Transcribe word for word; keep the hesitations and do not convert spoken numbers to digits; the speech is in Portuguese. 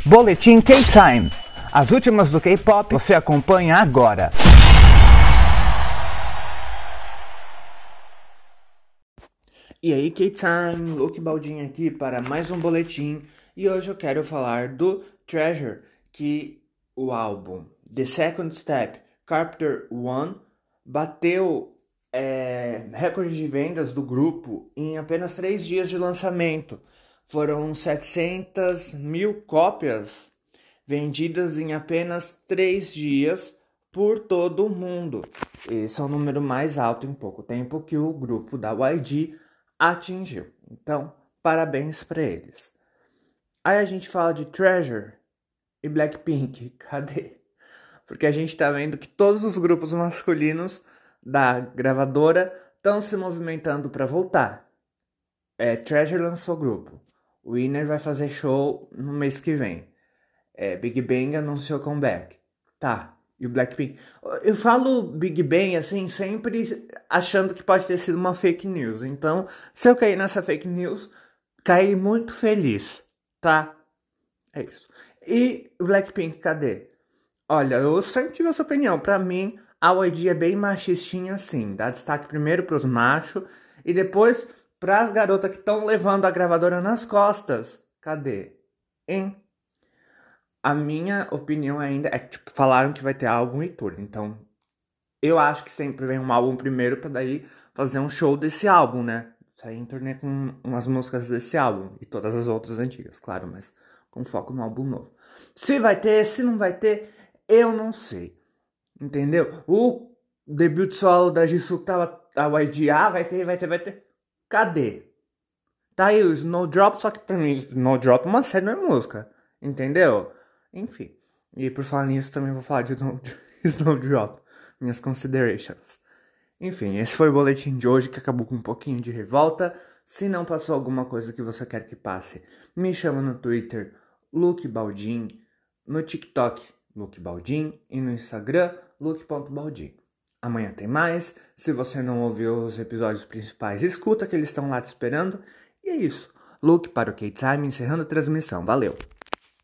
Boletim K-Time. As últimas do K-pop você acompanha agora. E aí, K-Time, Luke Baldin aqui para mais um boletim. E hoje eu quero falar do Treasure, que o álbum The Second Step, Chapter One, bateu é, recorde de vendas do grupo em apenas três dias de lançamento. Foram setecentas mil cópias vendidas em apenas três dias por todo o mundo. Esse é o número mais alto em pouco tempo que o grupo da Y G atingiu. Então, parabéns para eles. Aí a gente fala de Treasure e Blackpink. Cadê? Porque a gente tá vendo que todos os grupos masculinos da gravadora estão se movimentando para voltar. É, Treasure lançou grupo. O Winner vai fazer show no mês que vem. É, Big Bang anunciou comeback. Tá, e o Blackpink? Eu falo Big Bang assim, sempre achando que pode ter sido uma fake news. Então, se eu cair nessa fake news, caí muito feliz, tá? É isso. E o Blackpink, cadê? Olha, eu sempre tive essa opinião. Pra mim, a Y G é bem machistinha assim. Dá destaque primeiro pros machos e depois pras garotas que estão levando a gravadora nas costas. Cadê? Hein? A minha opinião ainda é que, tipo, falaram que vai ter álbum e tour. Então, eu acho que sempre vem um álbum primeiro pra daí fazer um show desse álbum, né? Sair em turnê com umas músicas desse álbum. E todas as outras antigas, claro, mas com foco no álbum novo. Se vai ter, se não vai ter, eu não sei. Entendeu? O debut solo da Jisoo que tava a Y G, ah, vai ter, vai ter, vai ter. Cadê? Tá aí o Snowdrop, só que pra mim Snowdrop é uma série, não é música. Entendeu? Enfim. E por falar nisso, também vou falar de Snowdrop. Minhas considerations. Enfim, esse foi o boletim de hoje que acabou com um pouquinho de revolta. Se não passou alguma coisa que você quer que passe, me chama no Twitter, Luke Baldin, no TikTok, Luke Baldin, e no Instagram, luke ponto baldin. Amanhã tem mais. Se você não ouviu os episódios principais, escuta que eles estão lá te esperando. E é isso. Luke para o K-Time, encerrando a transmissão. Valeu!